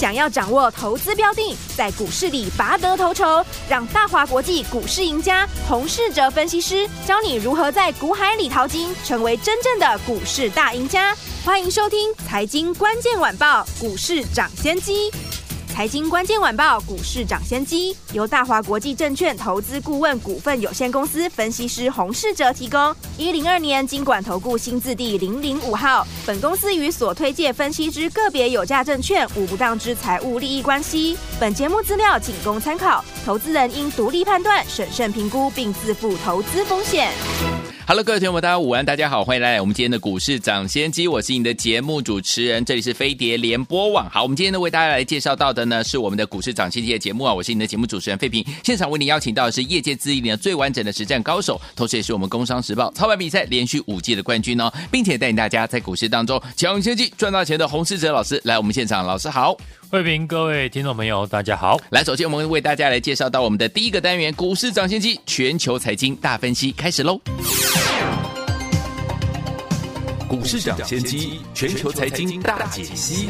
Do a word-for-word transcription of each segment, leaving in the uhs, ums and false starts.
想要掌握投资标的，在股市里拔得头筹，让大华国际股市赢家洪士哲分析师教你如何在股海里淘金，成为真正的股市大赢家。欢迎收听财经关键晚报股市涨先机。财经关键晚报股市涨先机由大华国际证券投资顾问股份有限公司分析师洪士哲提供。一零二年金管投顾新字第零零五号。本公司与所推介分析之个别有价证券无不当之财务利益关系。本节目资料仅供参考，投资人应独立判断、审慎评估，并自负投资风险。 Hello， 各位朋友们，大家午安，大家好，欢迎来到我们今天的股市涨先机，我是你的节目主持人，这里是飞碟联播网。好，我们今天呢为大家来介绍到的呢是我们的股市涨先机的节目啊，我是你的节目主持人费平。现场为你邀请到的是业界资历呢最完整的实战高手，同时也是我们工商时报操盘比赛连续五届的冠军哦，并且带领大家在股市当中抢先机赚大钱的洪士哲老师来我们现场，老师好。 慧平，各位听众朋友大家好。 来，首先我们为大家来介绍到我们的第一个单元股市涨先机全球财经大分析，开始喽。 股市涨先机，全球财经大解析。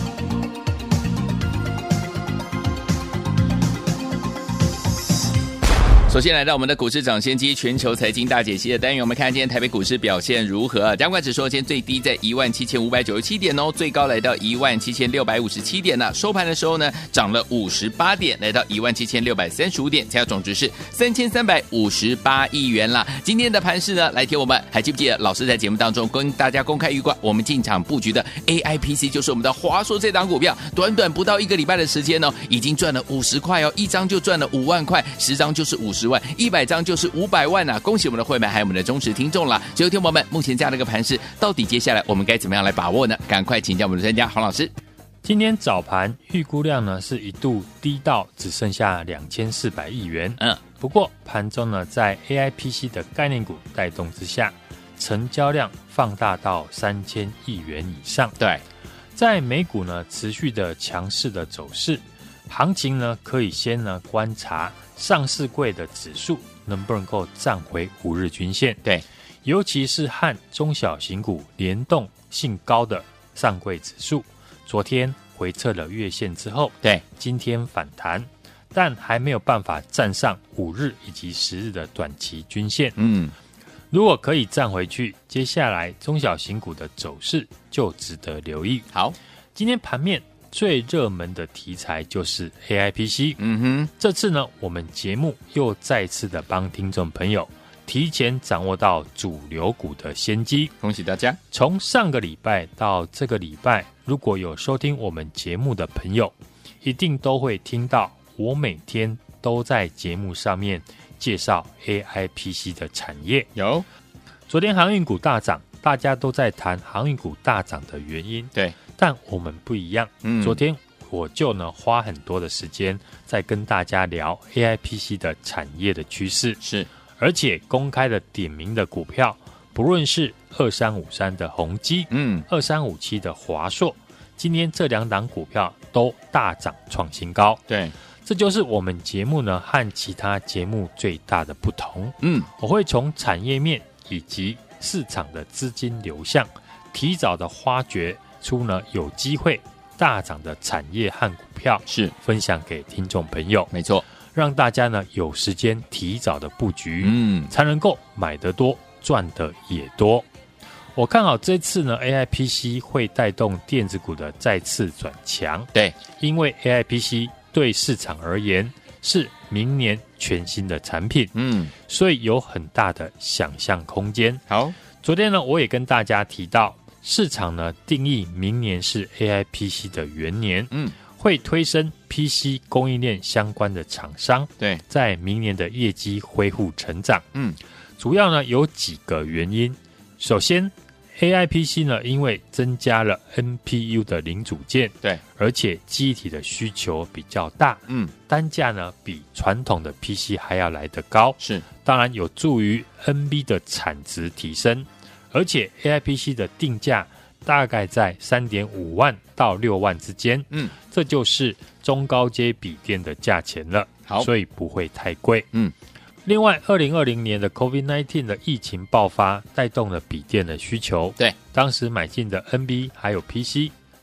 首先来到我们的股市涨先机全球财经大解析的单元，我们看今天台北股市表现如何？加权指数今天最低在一万七千五百九十七点哦，最高来到一万七千六百五十七点呢、啊。收盘的时候呢，涨了五十八点，来到一万七千六百三十五点，成交总值是三千三百五十八亿元啦。今天的盘势呢，来听我们还记不记得老师在节目当中跟大家公开预告，我们进场布局的 A I P C 就是我们的华硕这档股票，短短不到一个礼拜的时间呢、哦，已经赚了五十块哦，一张就赚了五万块，十张就是五十。一百张就是五百万啊！恭喜我们的会员还有我们的忠实听众啦！所以听众朋友们，目前这样的一个盘势，到底接下来我们该怎么样来把握呢？赶快请教我们的专家黄老师。 今天早盘预估量呢是一度低到只剩下两千四百亿元，嗯，不过盘中呢在 A I P C 的概念股带动之下，成交量放大到三千亿元以上。 对， 在美股呢持续的强势的走势，行情呢可以先呢观察上市柜的指数能不能够站回五日均线。 对， 尤其是和中小型股联动性高的上柜指数，昨天回测了月线之后， 对， 今天反弹，但还没有办法站上五日以及十日的短期均线。嗯，如果可以站回去，接下来中小型股的走势就值得留意。 好， 今天盘面最热门的题材就是 A I P C。 嗯哼， 这次呢我们节目又再次的帮听众朋友提前掌握到主流股的先机， 恭喜大家。 从上个礼拜到这个礼拜，如果有收听我们节目的朋友，一定都会听到我每天都在节目上面介绍 A I P C 的产业。 有， 昨天航运股大涨，大家都在谈航运股大涨的原因。 对， 但我们不一样。嗯，昨天我就呢花很多的时间在跟大家聊 A I P C 的产业的趋势， 是， 而且公开的点名的股票，不论是二三五三的宏基，嗯，二三五七的华硕，今天这两档股票都大涨创新高。 对， 这就是我们节目呢和其他节目最大的不同。嗯，我会从产业面以及市场的资金流向，提早的发掘出呢有机会大涨的产业和股票， 是分享给听众朋友。 没错， 让大家呢有时间提早的布局， 嗯， 才能够买得多，赚得也多。我看好这次呢 A I P C 会带动电子股的再次转强。 对， 因为 A I P C 对市场而言是明年全新的产品，嗯，所以有很大的想象空间。 好， 昨天呢我也跟大家提到，市场呢定义明年是 A I P C 的元年，嗯，会推升 P C 供应链相关的厂商， 对，在明年的业绩恢复成长， 嗯， 主要呢有几个原因。首先 A I P C 呢因为增加了 N P U 的零组件， 对， 而且记忆体的需求比较大，嗯，单价呢比传统的 P C 还要来得高， 是， 当然有助于 N B 的产值提升，而且 A I P C 的定价大概在 三点五万到六万之间，嗯，这就是中高阶笔电的价钱了，好，所以不会太贵，嗯。另外二零二零年的 COVID 十九 的疫情爆发，带动了笔电的需求， 对， 当时买进的 N B 还有 P C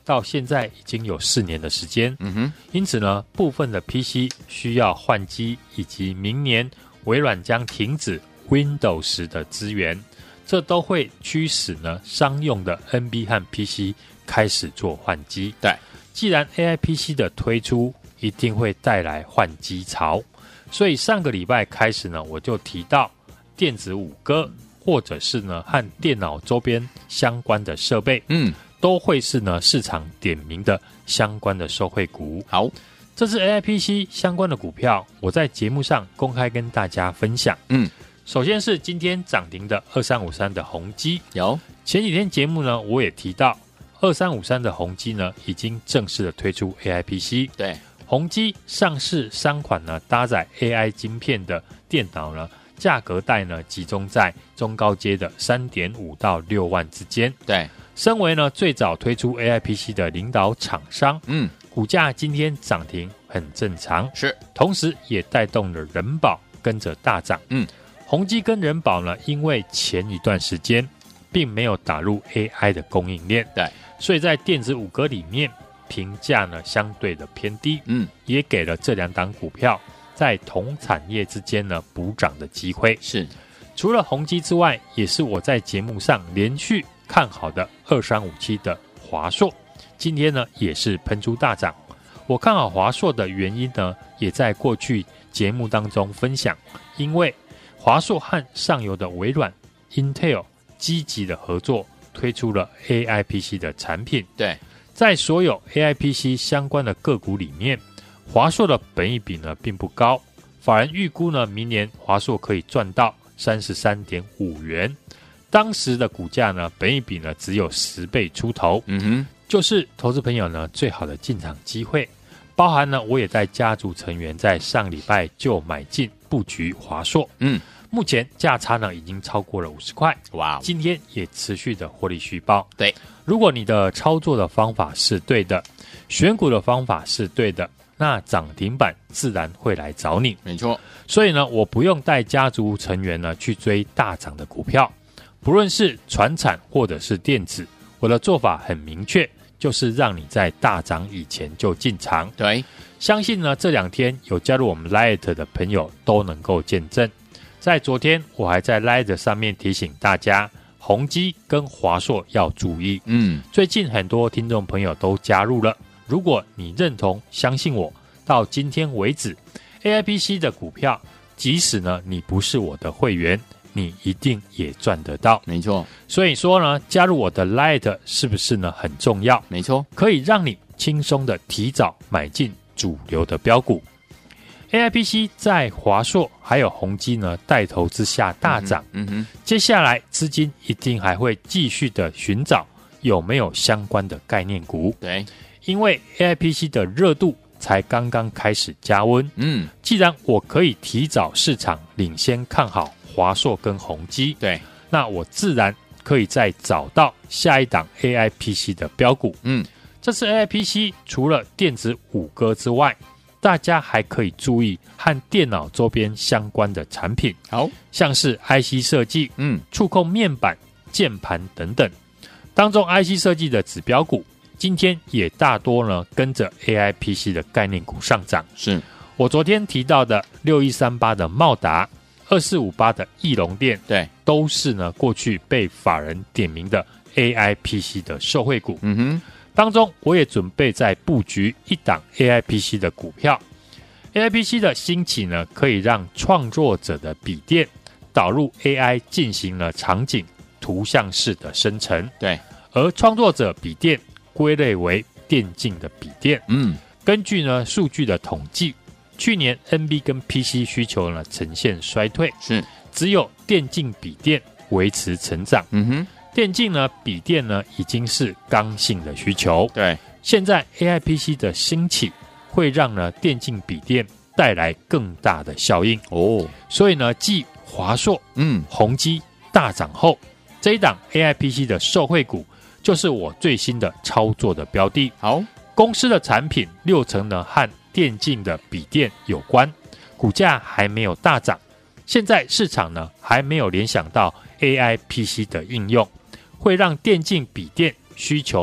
到现在已经有四年的时间， 嗯哼， 因此呢，部分的 P C 需要换机，以及明年微软将停止 Windows 的资源，这都会驱使呢商用的 N B 和 P C 开始做换机。 对， 既然 A I P C 的推出一定会带来换机潮，所以上个礼拜开始呢，我就提到电子五哥或者是呢和电脑周边相关的设备，嗯，都会是呢市场点名的相关的受惠股。 好， 这次 A I P C 相关的股票，我在节目上公开跟大家分享。嗯，首先是今天涨停的二三五三的宏基， 有前几天节目呢，我也提到二三五三的宏基呢，已经正式的推出 A I P C。 对， 宏基上市三款呢搭载 A I 晶片的电脑呢，价格带呢集中在中高阶的 三点五 到六万之间。 对， 身为呢最早推出 A I P C 的领导厂商， 嗯， 股价今天涨停很正常， 是， 同时也带动了人保跟着大涨。嗯，宏基跟人保呢，因为前一段时间并没有打入 A I 的供应链， 对， 所以在电子五哥里面评价呢相对的偏低，嗯，也给了这两档股票在同产业之间呢补涨的机会。 是， 除了宏基之外，也是我在节目上连续看好的二三五七的华硕，今天呢也是喷出大涨。我看好华硕的原因呢，也在过去节目当中分享，因为华硕和上游的微软、Intel 积极的合作，推出了 A I P C 的产品。 对， 在所有 A I P C 相关的个股里面，华硕的本益比呢并不高，法人预估呢明年华硕可以赚到 三十三点五元，当时的股价呢本益比呢只有十倍出头，嗯哼，就是投资朋友呢最好的进场机会。包含呢我也在家族成员在上礼拜就买进布局华硕，嗯，目前价差呢已经超过了五十块，哇，今天也持续的获利续报。 对， 如果你的操作的方法是对的，选股的方法是对的，那涨停板自然会来找你。 没错， 所以呢，我不用带家族成员呢去追大涨的股票，不论是传产或者是电子，我的做法很明确，就是让你在大涨以前就进场。 对， 相信呢这两天有加入我们 Lite 的朋友都能够见证。在昨天我还在 Lite 上面提醒大家，宏基跟华硕要注意。嗯，最近很多听众朋友都加入了，如果你认同相信我，到今天为止 A I P C 的股票，即使呢你不是我的会员，你一定也赚得到。 没错， 所以说呢，加入我的 Lite 是不是呢很重要？ 没错，可以让你轻松的提早买进主流的标股。A I P C 在华硕还有宏基呢带头之下大涨，嗯哼，接下来资金一定还会继续的寻找有没有相关的概念股。 对， 因为 A I P C 的热度才刚刚开始加温，嗯，既然我可以提早市场领先看好华硕跟宏基， 对， 那我自然可以再找到下一档 A I P C 的标股。嗯，这次 A I P C 除了电子五哥之外，大家还可以注意和电脑周边相关的产品， 好， 像是 I C 设计、嗯，触控面板、键盘等等。当中 I C 设计的指标股，今天也大多呢跟着 A I P C 的概念股上涨。 是我昨天提到的六一三八的茂达、二四五八的翼龙电， 对， 都是呢过去被法人点名的 A I P C 的受惠股。嗯哼。当中我也准备在布局一档 A I P C 的股票。 A I P C 的兴起呢，可以让创作者的笔电导入 A I 进行了场景图像式的生成。 对， 而创作者笔电归类为电竞的笔电。嗯，根据呢数据的统计，去年 N B 跟 P C 需求呢呈现衰退， 是只有电竞笔电维持成长。嗯哼。电竞呢，笔电呢已经是刚性的需求。 对， 现在 A I P C 的兴起，会让呢电竞笔电带来更大的效应哦。所以呢，继华硕、嗯、宏基大涨后，这一档 A I P C 的受惠股，就是我最新的操作的标的。 好， 公司的产品六成呢和电竞的笔电有关，股价还没有大涨。现在市场呢还没有联想到 A I P C 的应用。会让电竞笔电需求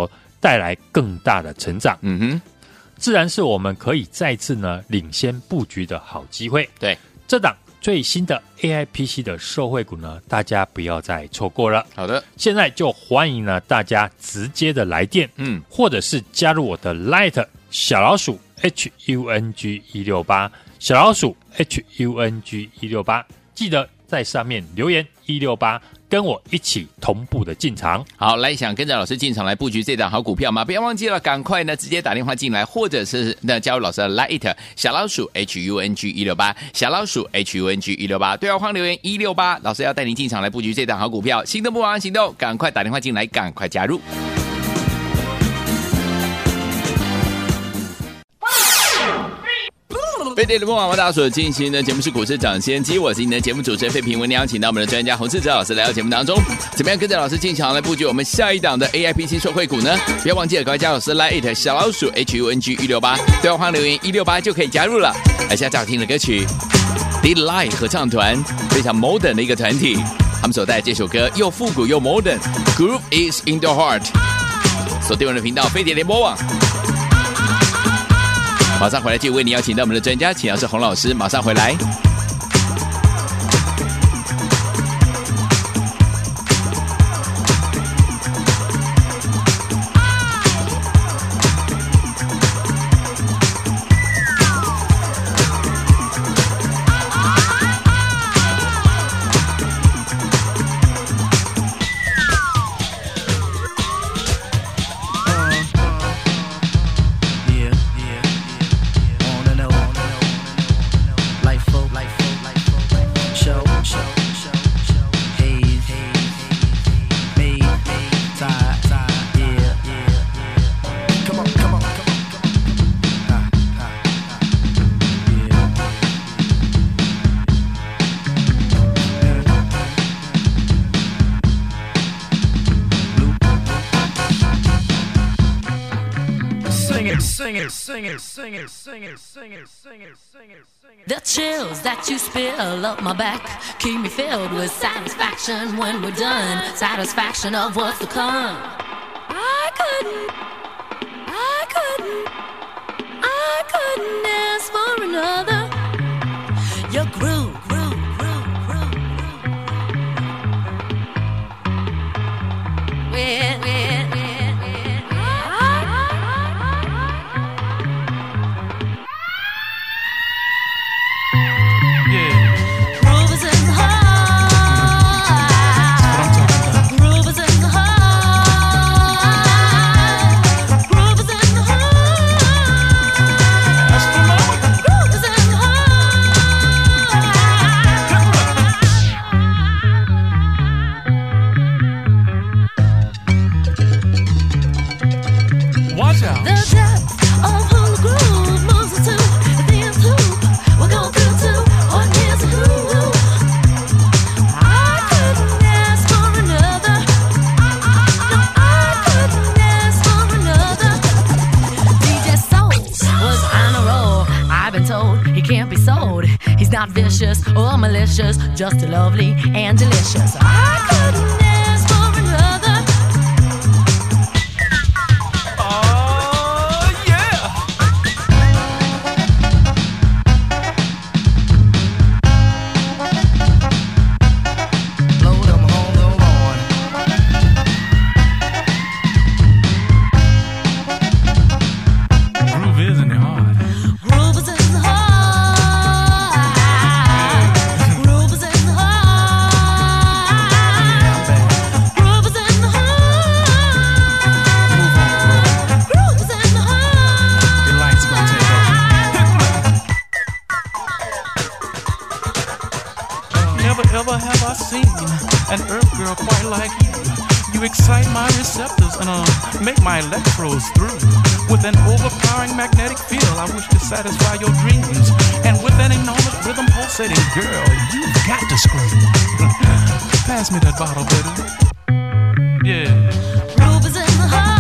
带来更大的成长。 嗯哼， 自然是我们可以再次呢领先布局的好机会。 对， 这档最新的 A I P C 的受惠股呢，大家不要再错过了。 好的， 现在就欢迎呢大家直接的来电，嗯，或者是加入我的 Light 小老鼠 H U N G 一六八 小老鼠 H U N G 一六八，记得在上面留言一六八，跟我一起同步的进场。 好，来想跟着老师进场来布局这档好股票吗？不要忘记了，赶快呢直接打电话进来，或者是那加入老师的 Light 小老鼠 H U N G 一六八 小老鼠 H U N G 一六八，对话框留言一六八，老师要带您进场来布局这档好股票。心动不忙行动，赶快打电话进来，赶快加入。飞碟的梦网为大家所进行的节目是股市抢先机，我是您的节目主持人费平，为您邀请到我们的专家洪士哲老师来到节目当中，怎么样跟着老师进场来布局我们下一档的 A I P C 受惠股呢？不要忘记了，赶快加老师来 it 小老鼠 H U N G 一六八，对话框留言一六八就可以加入了。来下最好听的歌曲 Delight 合唱团，非常 modern 的一个团体，他们所带来这首歌又复古又 modern， Groove is in the heart。 锁定我们的频道飞碟联播网，马上回来就为你邀请到我们的专家，请到是洪老师，马上回来。 Sing it, sing it, sing it, sing it, sing it, sing it, sing it, sing it. The chills that you spill up my back keep me filled with satisfaction when we're done. Satisfaction of what's to come. I couldn't, I couldn't, I couldn't ask for another. Your groove, groove, groove, groove, groove. With, with, with. Vicious or malicious, just lovely and delicious. I couldn't ask for another. Oh yeah. Blow them horns, oh Lord. Groove is in the heart. Groove is in the heart. Never have I seen an earth girl quite like you. You excite my receptors and uh, make my electrodes through. With an overpowering magnetic field, I wish to satisfy your dreams. And with an enormous rhythm pulsating, girl, you got to scream. Pass me that bottle, baby. Yeah. Groove is in the heart.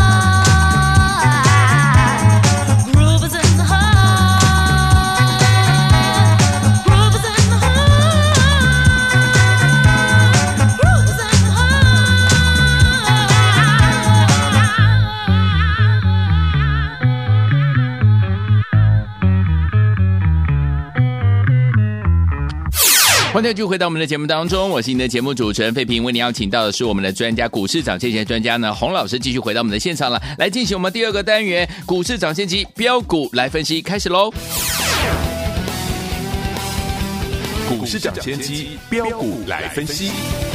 欢迎继续回到我们的节目当中，我是你的节目主持人费平，为您邀请到的是我们的专家股市涨先机专家呢洪老师，继续回到我们的现场了，来进行我们第二个单元股市涨先机标股来分析，开始喽。 股市涨先机标股来分析。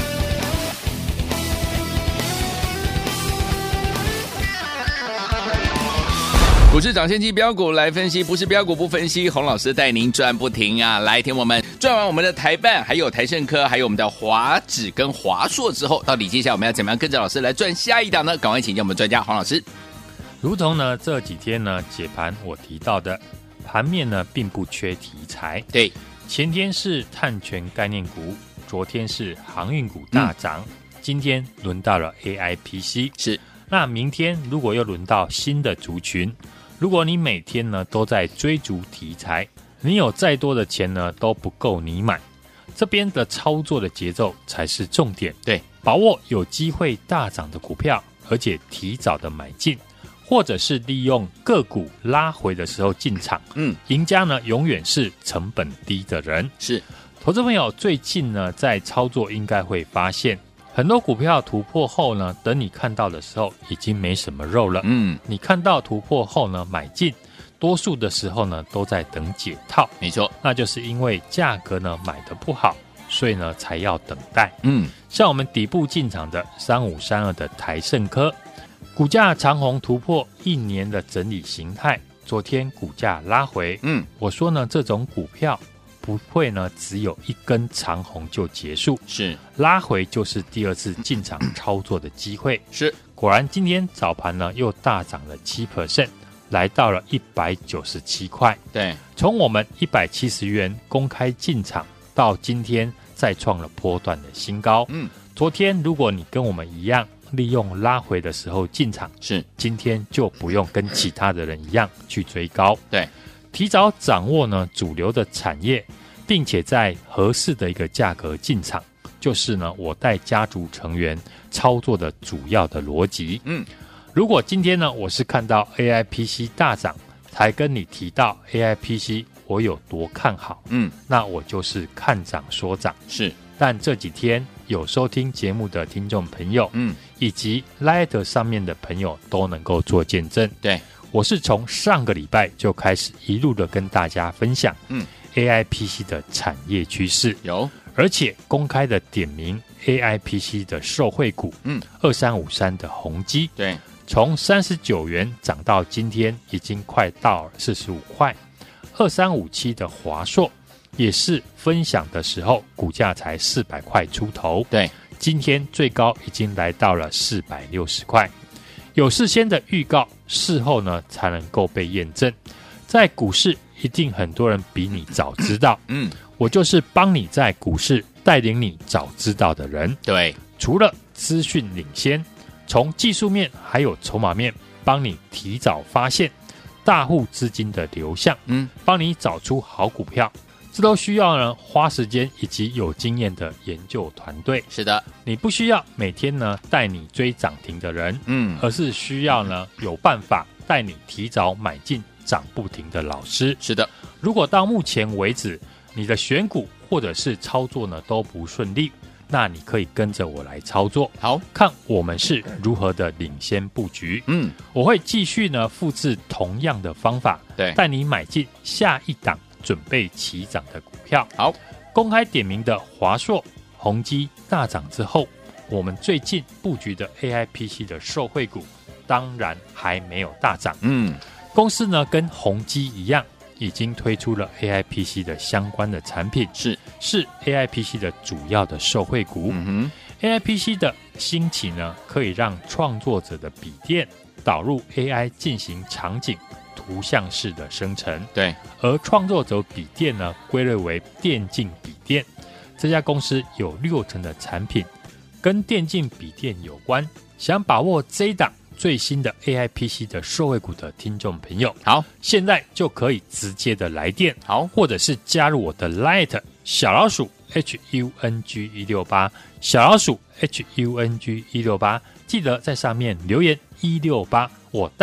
股市涨先机标股来分析，不是标股不分析，洪老师带您赚不停啊！来听我们赚完我们的台办，还有台盛科，还有我们的华指跟华硕之后，到底接下来我们要怎么样跟着老师来赚下一档呢？赶快请教我们专家洪老师。 如同呢这几天呢解盘我提到的，盘面呢并不缺题材。 对， 前天是碳权概念股，昨天是航运股大涨，嗯、今天轮到了 A I P C。 是， 那明天如果又轮到新的族群。如果你每天呢都在追逐题材，你有再多的钱呢都不够你买，这边的操作的节奏才是重点。 对， 把握有机会大涨的股票，而且提早的买进，或者是利用个股拉回的时候进场。嗯，赢家呢永远是成本低的人。 是， 投资朋友最近呢在操作应该会发现。很多股票突破后呢，等你看到的时候已经没什么肉了。嗯，你看到突破后呢，买进，多数的时候呢都在等解套。 没错， 那就是因为价格呢买得不好，所以呢才要等待。 嗯， 像我们底部进场的三五三二的台盛科，股价长红突破一年的整理形态，昨天股价拉回。嗯，我说呢这种股票。不会呢，只有一根长红就结束， 是拉回就是第二次进场操作的机会。 是， 果然今天早盘呢又大涨了 百分之七， 来到了一百九十七块。 对， 从我们一百七十元公开进场到今天再创了波段的新高。嗯，昨天如果你跟我们一样利用拉回的时候进场， 是今天就不用跟其他的人一样去追高。 对。 提早掌握呢主流的产业，并且在合适的一个价格进场，就是呢我带家族成员操作的主要的逻辑。嗯，如果今天呢我是看到 A I P C 大涨，才跟你提到 A I P C 我有多看好，嗯，那我就是看涨说涨。 是， 但这几天有收听节目的听众朋友，嗯，以及 Light 上面的朋友都能够做见证。 对。 我是从上个礼拜就开始一路的跟大家分享，嗯 ，A I P C 的产业趋势有， 而且公开的点名 A I P C 的受惠股，嗯，二三五三的宏基， 对， 从三十九元涨到今天已经快到四十五块，二三五七的华硕也是分享的时候股价才四百块出头， 对， 今天最高已经来到了四百六十块。有事先的预告，事后呢才能够被验证。在股市，一定很多人比你早知道。嗯，我就是帮你在股市带领你早知道的人。 对， 除了资讯领先，从技术面还有筹码面，帮你提早发现大户资金的流向，嗯，帮你找出好股票。这都需要呢花时间以及有经验的研究团队。 是的， 你不需要每天呢带你追涨停的人，嗯，而是需要呢有办法带你提早买进涨不停的老师。 是的， 如果到目前为止你的选股或者是操作呢都不顺利，那你可以跟着我来操作， 好， 看我们是如何的领先布局。嗯，我会继续呢复制同样的方法， 对， 带你买进下一档准备起涨的股票。 好， 公开点名的华硕、宏基大涨之后，我们最近布局的 A I P C 的受惠股当然还没有大涨。嗯，公司呢跟宏基一样，已经推出了 A I P C 的相关的产品， 是是 A I P C 的主要的受惠股。嗯哼 ，A I P C 的兴起呢，可以让创作者的笔电导入 A I 进行场景图像式的生成。 对， 而创作者笔电呢，归类为电竞笔电。这家公司有六成的产品跟电竞笔电有关。想把握这一档最新的 A I P C 的受惠股的听众朋友， 好， 现在就可以直接的来电， 好， 或者是加入我的 Light 小老鼠 H U N G 一六八 小老鼠 H U N G 一六八，记得在上面留言一六八，我带你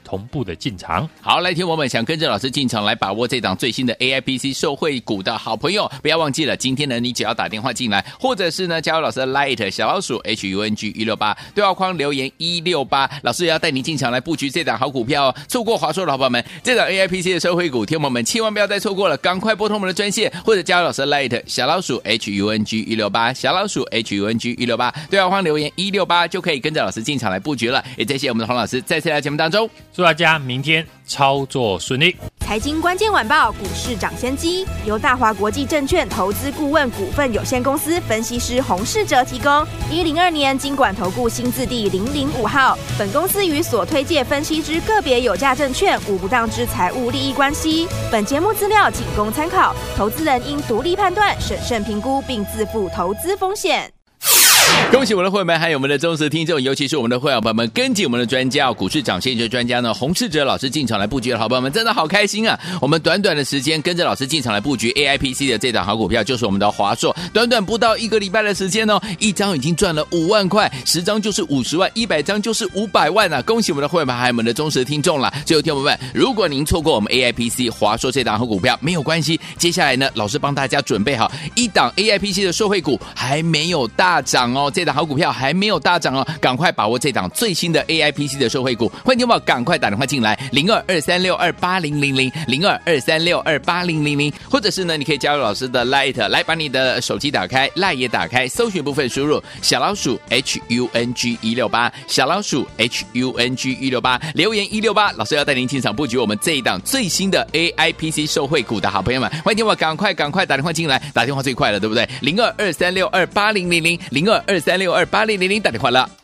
同步的进场。 好，来听我们想跟着老师进场来把握这档最新的 A I P C 受惠股的好朋友，不要忘记了，今天呢你只要打电话进来，或者是呢加入老师的 Light 小老鼠 H U N G 一六八对话框留言一六八，老师也要带你进场来布局这档好股票哦。错过华硕的好朋友们，这档 A I P C 的受惠股，听友们千万不要再错过了，赶快拨通我们的专线，或者加入老师的 Light 小老鼠 H U N G 一六八小老鼠 H U N G 一六八对话框留言一六八就可以跟着老师进场来布局了。也谢谢我们的洪老师再次来到节目当中， 祝大家明天操作顺利。 财经关键晚报股市涨先机由大华国际证券投资顾问股份有限公司分析师洪士哲提供。一零二年金管投顾新字第零零五号。本公司与所推介分析之个别有价证券无不当之财务利益关系。本节目资料仅供参考，投资人应独立判断、审慎评估，并自负投资风险。 恭喜我们的会员们，还有我们的忠实听众，尤其是我们的会员朋友们，跟紧我们的专家、哦、股市涨先机专家呢，洪士哲老师进场来布局的好朋友们，真的好开心啊！我们短短的时间跟着老师进场来布局 A I P C 的这档好股票，就是我们的华硕。短短不到一个礼拜的时间哦，一张已经赚了五万块，十张就是五十万，一百张就是五百万啊！恭喜我们的会员们，还有我们的忠实听众啦！最后，听众们，如果您错过我们 A I P C 华硕这档好股票，没有关系，接下来呢，老师帮大家准备好一档 A I P C 的受惠股，还没有大涨哦。这档好股票还没有大涨哦，赶快把握这档最新的 A I P C 的受惠股，欢迎听众赶快打电话进来零二二三六二八零零零零二二三六二八零零零，或者是呢，你可以加入老师的 Light 来把你的手机打开 Light 也打开，搜寻部分输入小老鼠 H U N G 一六八小老鼠 H U N G 一六八留言一六八，老师要带您进场布局我们这一档最新的 A I P C 受惠股的好朋友们，欢迎听众赶快赶快打电话进来，打电话最快了，对不对？零二二三六二八零零零零二二三六二八零零零打电话了。